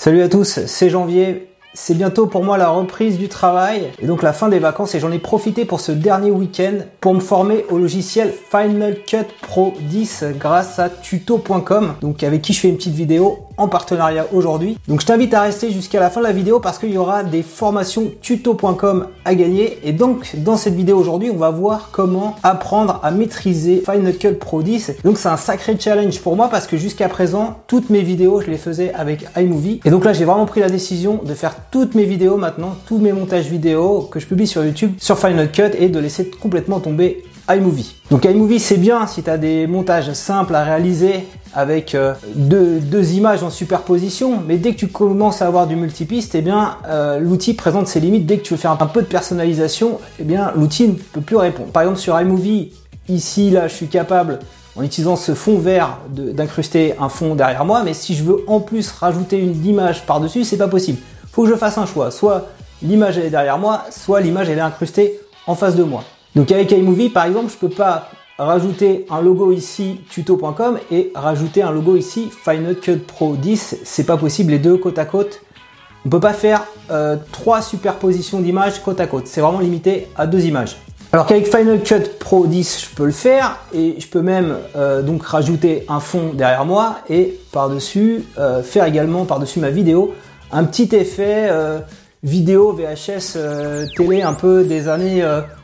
Salut à tous, c'est Janvier. C'est bientôt pour moi la reprise du travail et donc la fin des vacances et j'en ai profité pour ce dernier week-end pour me former au logiciel Final Cut Pro 10 grâce à tuto.com, donc avec qui je fais une petite vidéo en partenariat aujourd'hui. Donc je t'invite à rester jusqu'à la fin de la vidéo parce qu'il y aura des formations tuto.com à gagner et donc dans cette vidéo aujourd'hui on va voir comment apprendre à maîtriser Final Cut Pro 10. Donc c'est un sacré challenge pour moi parce que jusqu'à présent toutes mes vidéos je les faisais avec iMovie et donc là j'ai vraiment pris la décision de faire toutes mes vidéos maintenant, tous mes montages vidéo que je publie sur YouTube sur Final Cut et de laisser complètement tomber iMovie. Donc iMovie c'est bien si tu as des montages simples à réaliser avec deux images en superposition, mais dès que tu commences à avoir du multipiste, eh bien l'outil présente ses limites. Dès que tu veux faire un peu de personnalisation, eh bien l'outil ne peut plus répondre. Par exemple sur iMovie, ici là je suis capable en utilisant ce fond vert d'incruster un fond derrière moi, mais si je veux en plus rajouter une image par-dessus, c'est pas possible. Faut que je fasse un choix, soit l'image elle est derrière moi, soit l'image elle est incrustée en face de moi. Donc avec iMovie par exemple, je peux pas rajouter un logo ici tuto.com et rajouter un logo ici Final Cut Pro 10, c'est pas possible, les deux côte à côte. On peut pas faire trois superpositions d'images côte à côte, c'est vraiment limité à deux images. Alors qu'avec Final Cut Pro 10, je peux le faire et je peux même donc rajouter un fond derrière moi et par-dessus faire également par-dessus ma vidéo un petit effet vidéo VHS télé un peu des années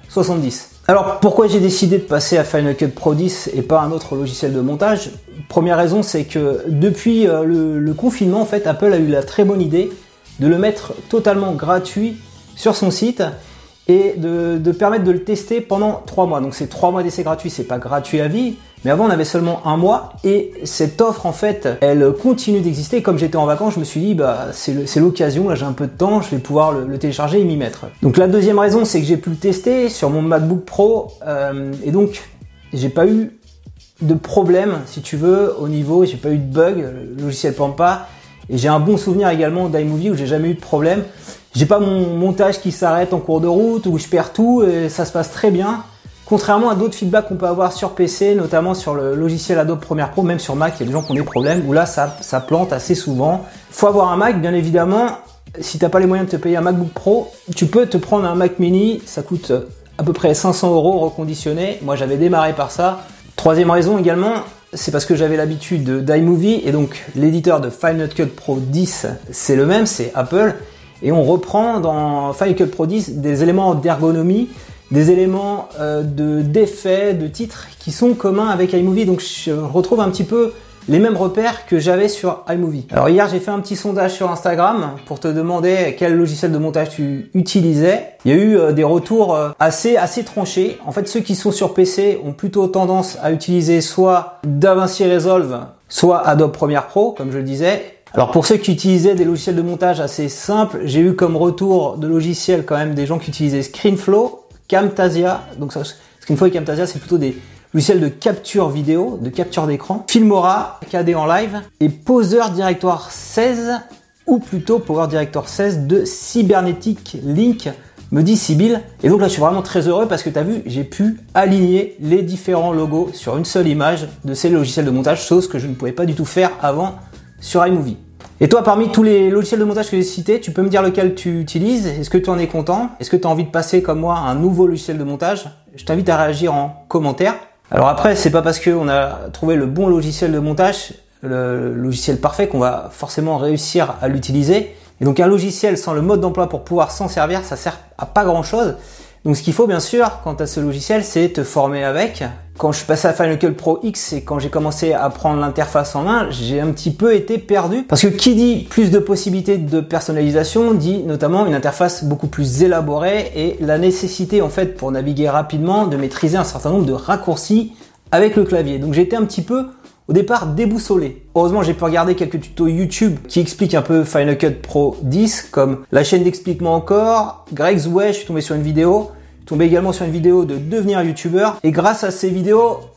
70. Alors pourquoi j'ai décidé de passer à Final Cut Pro 10 et pas un autre logiciel de montage? Première raison, c'est que depuis le confinement, en fait, Apple a eu la très bonne idée de le mettre totalement gratuit sur son site et de permettre de le tester pendant 3 mois. Donc c'est 3 mois d'essai gratuit, c'est pas gratuit à vie, mais avant on avait seulement 1 mois et cette offre en fait, elle continue d'exister. Comme j'étais en vacances, je me suis dit bah c'est l'occasion, là j'ai un peu de temps, je vais pouvoir le télécharger et m'y mettre. Donc la deuxième raison, c'est que j'ai pu le tester sur mon MacBook Pro et donc j'ai pas eu de problème, si tu veux, au niveau, j'ai pas eu de bug, le logiciel plante pas et j'ai un bon souvenir également d'iMovie où j'ai jamais eu de problème. J'ai pas mon montage qui s'arrête en cours de route où je perds tout et ça se passe très bien. Contrairement à d'autres feedbacks qu'on peut avoir sur PC, notamment sur le logiciel Adobe Premiere Pro, même sur Mac, il y a des gens qui ont des problèmes où là ça plante assez souvent. Faut avoir un Mac, bien évidemment. Si t'as pas les moyens de te payer un MacBook Pro, tu peux te prendre un Mac Mini, ça coûte à peu près 500 € reconditionné. Moi j'avais démarré par ça. Troisième raison également, c'est parce que j'avais l'habitude d'iMovie et donc l'éditeur de Final Cut Pro 10, c'est le même, c'est Apple. Et on reprend dans Final Cut Pro 10 des éléments d'ergonomie, des éléments d'effets, de titres qui sont communs avec iMovie. Donc je retrouve un petit peu les mêmes repères que j'avais sur iMovie. Alors hier j'ai fait un petit sondage sur Instagram pour te demander quel logiciel de montage tu utilisais. Il y a eu des retours assez tranchés. En fait ceux qui sont sur PC ont plutôt tendance à utiliser soit DaVinci Resolve, soit Adobe Premiere Pro comme je le disais. Alors pour ceux qui utilisaient des logiciels de montage assez simples, j'ai eu comme retour de logiciels quand même des gens qui utilisaient ScreenFlow, Camtasia. Donc ça, ScreenFlow et Camtasia, c'est plutôt des logiciels de capture vidéo, de capture d'écran, Filmora, KD en live et Poser Director 16 ou plutôt Power Director 16 de Cybernetic Link, me dit Sibyl. Et donc là je suis vraiment très heureux parce que tu as vu, j'ai pu aligner les différents logos sur une seule image de ces logiciels de montage, chose que je ne pouvais pas du tout faire avant sur iMovie. Et toi, parmi tous les logiciels de montage que j'ai cités, tu peux me dire lequel tu utilises? Est-ce que tu en es content? Est-ce que tu as envie de passer comme moi à un nouveau logiciel de montage? Je t'invite à réagir en commentaire. Alors après, c'est pas parce qu'on a trouvé le bon logiciel de montage, le logiciel parfait, qu'on va forcément réussir à l'utiliser. Et donc un logiciel sans le mode d'emploi pour pouvoir s'en servir, ça sert à pas grand chose. Donc ce qu'il faut bien sûr, quant à ce logiciel, c'est te former avec. Quand je suis passé à Final Cut Pro X et quand j'ai commencé à prendre l'interface en main, j'ai un petit peu été perdu. Parce que qui dit plus de possibilités de personnalisation, dit notamment une interface beaucoup plus élaborée et la nécessité en fait pour naviguer rapidement de maîtriser un certain nombre de raccourcis avec le clavier. Donc j'ai été un petit peu au départ déboussolé. Heureusement j'ai pu regarder quelques tutos YouTube qui expliquent un peu Final Cut Pro 10 comme la chaîne d'Explique-moi encore, Greg's Way, je suis tombé sur une vidéo. Tombé également sur une vidéo de devenir youtubeur et grâce à ces vidéos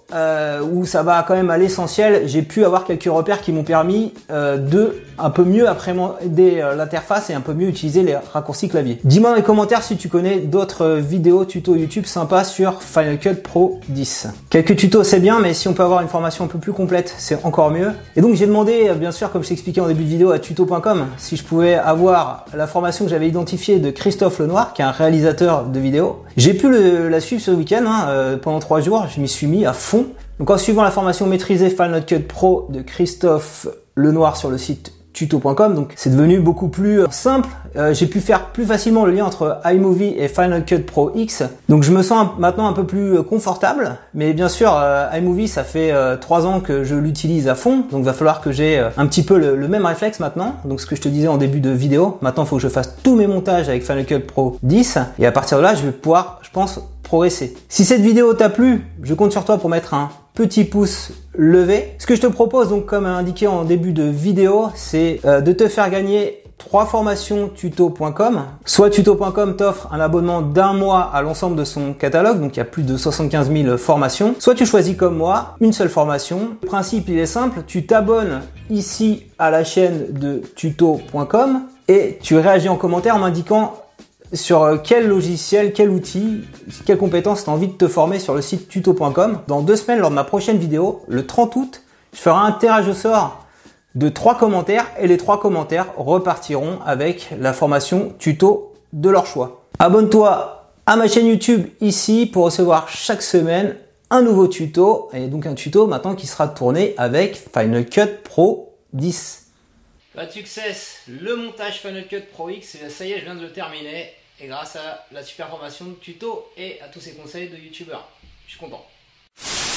où ça va quand même à l'essentiel, j'ai pu avoir quelques repères qui m'ont permis de un peu mieux appréhender l'interface et un peu mieux utiliser les raccourcis clavier. Dis-moi dans les commentaires si tu connais d'autres vidéos tutos YouTube sympas sur Final Cut Pro 10. Quelques tutos c'est bien, mais si on peut avoir une formation un peu plus complète, c'est encore mieux. Et donc j'ai demandé, bien sûr, comme je t'expliquais en début de vidéo, à tuto.com si je pouvais avoir la formation que j'avais identifiée de Christophe Lenoir, qui est un réalisateur de vidéos. J'ai pu la suivre ce week-end, pendant 3 jours, je m'y suis mis à fond. Donc en suivant la formation maîtrisée Final Cut Pro de Christophe Lenoir sur le site tuto.com, donc c'est devenu beaucoup plus simple. J'ai pu faire plus facilement le lien entre iMovie et Final Cut Pro X. Donc je me sens maintenant un peu plus confortable, mais bien sûr iMovie ça fait 3 ans que je l'utilise à fond, donc va falloir que j'ai un petit peu le même réflexe maintenant. Donc ce que je te disais en début de vidéo, maintenant il faut que je fasse tous mes montages avec Final Cut Pro 10 et à partir de là je vais pouvoir, je pense, progresser. Si cette vidéo t'a plu, je compte sur toi pour mettre un petit pouce levé. Ce que je te propose, donc comme indiqué en début de vidéo, c'est de te faire gagner 3 formations tuto.com. Soit tuto.com t'offre un abonnement d'1 mois à l'ensemble de son catalogue, donc il y a plus de 75 000 formations. Soit tu choisis comme moi une seule formation. Le principe il est simple, tu t'abonnes ici à la chaîne de tuto.com et tu réagis en commentaire en m'indiquant sur quel logiciel, quel outil, quelle compétence tu as envie de te former sur le site tuto.com. Dans 2 semaines, lors de ma prochaine vidéo, le 30 août, je ferai un tirage au sort de 3 commentaires et les 3 commentaires repartiront avec la formation tuto de leur choix. Abonne-toi à ma chaîne YouTube ici pour recevoir chaque semaine un nouveau tuto et donc un tuto maintenant qui sera tourné avec Final Cut Pro 10. Pas de succès, le montage Final Cut Pro X, ça y est, je viens de le terminer. Et grâce à la super formation de tuto et à tous ces conseils de youtubeurs, je suis content.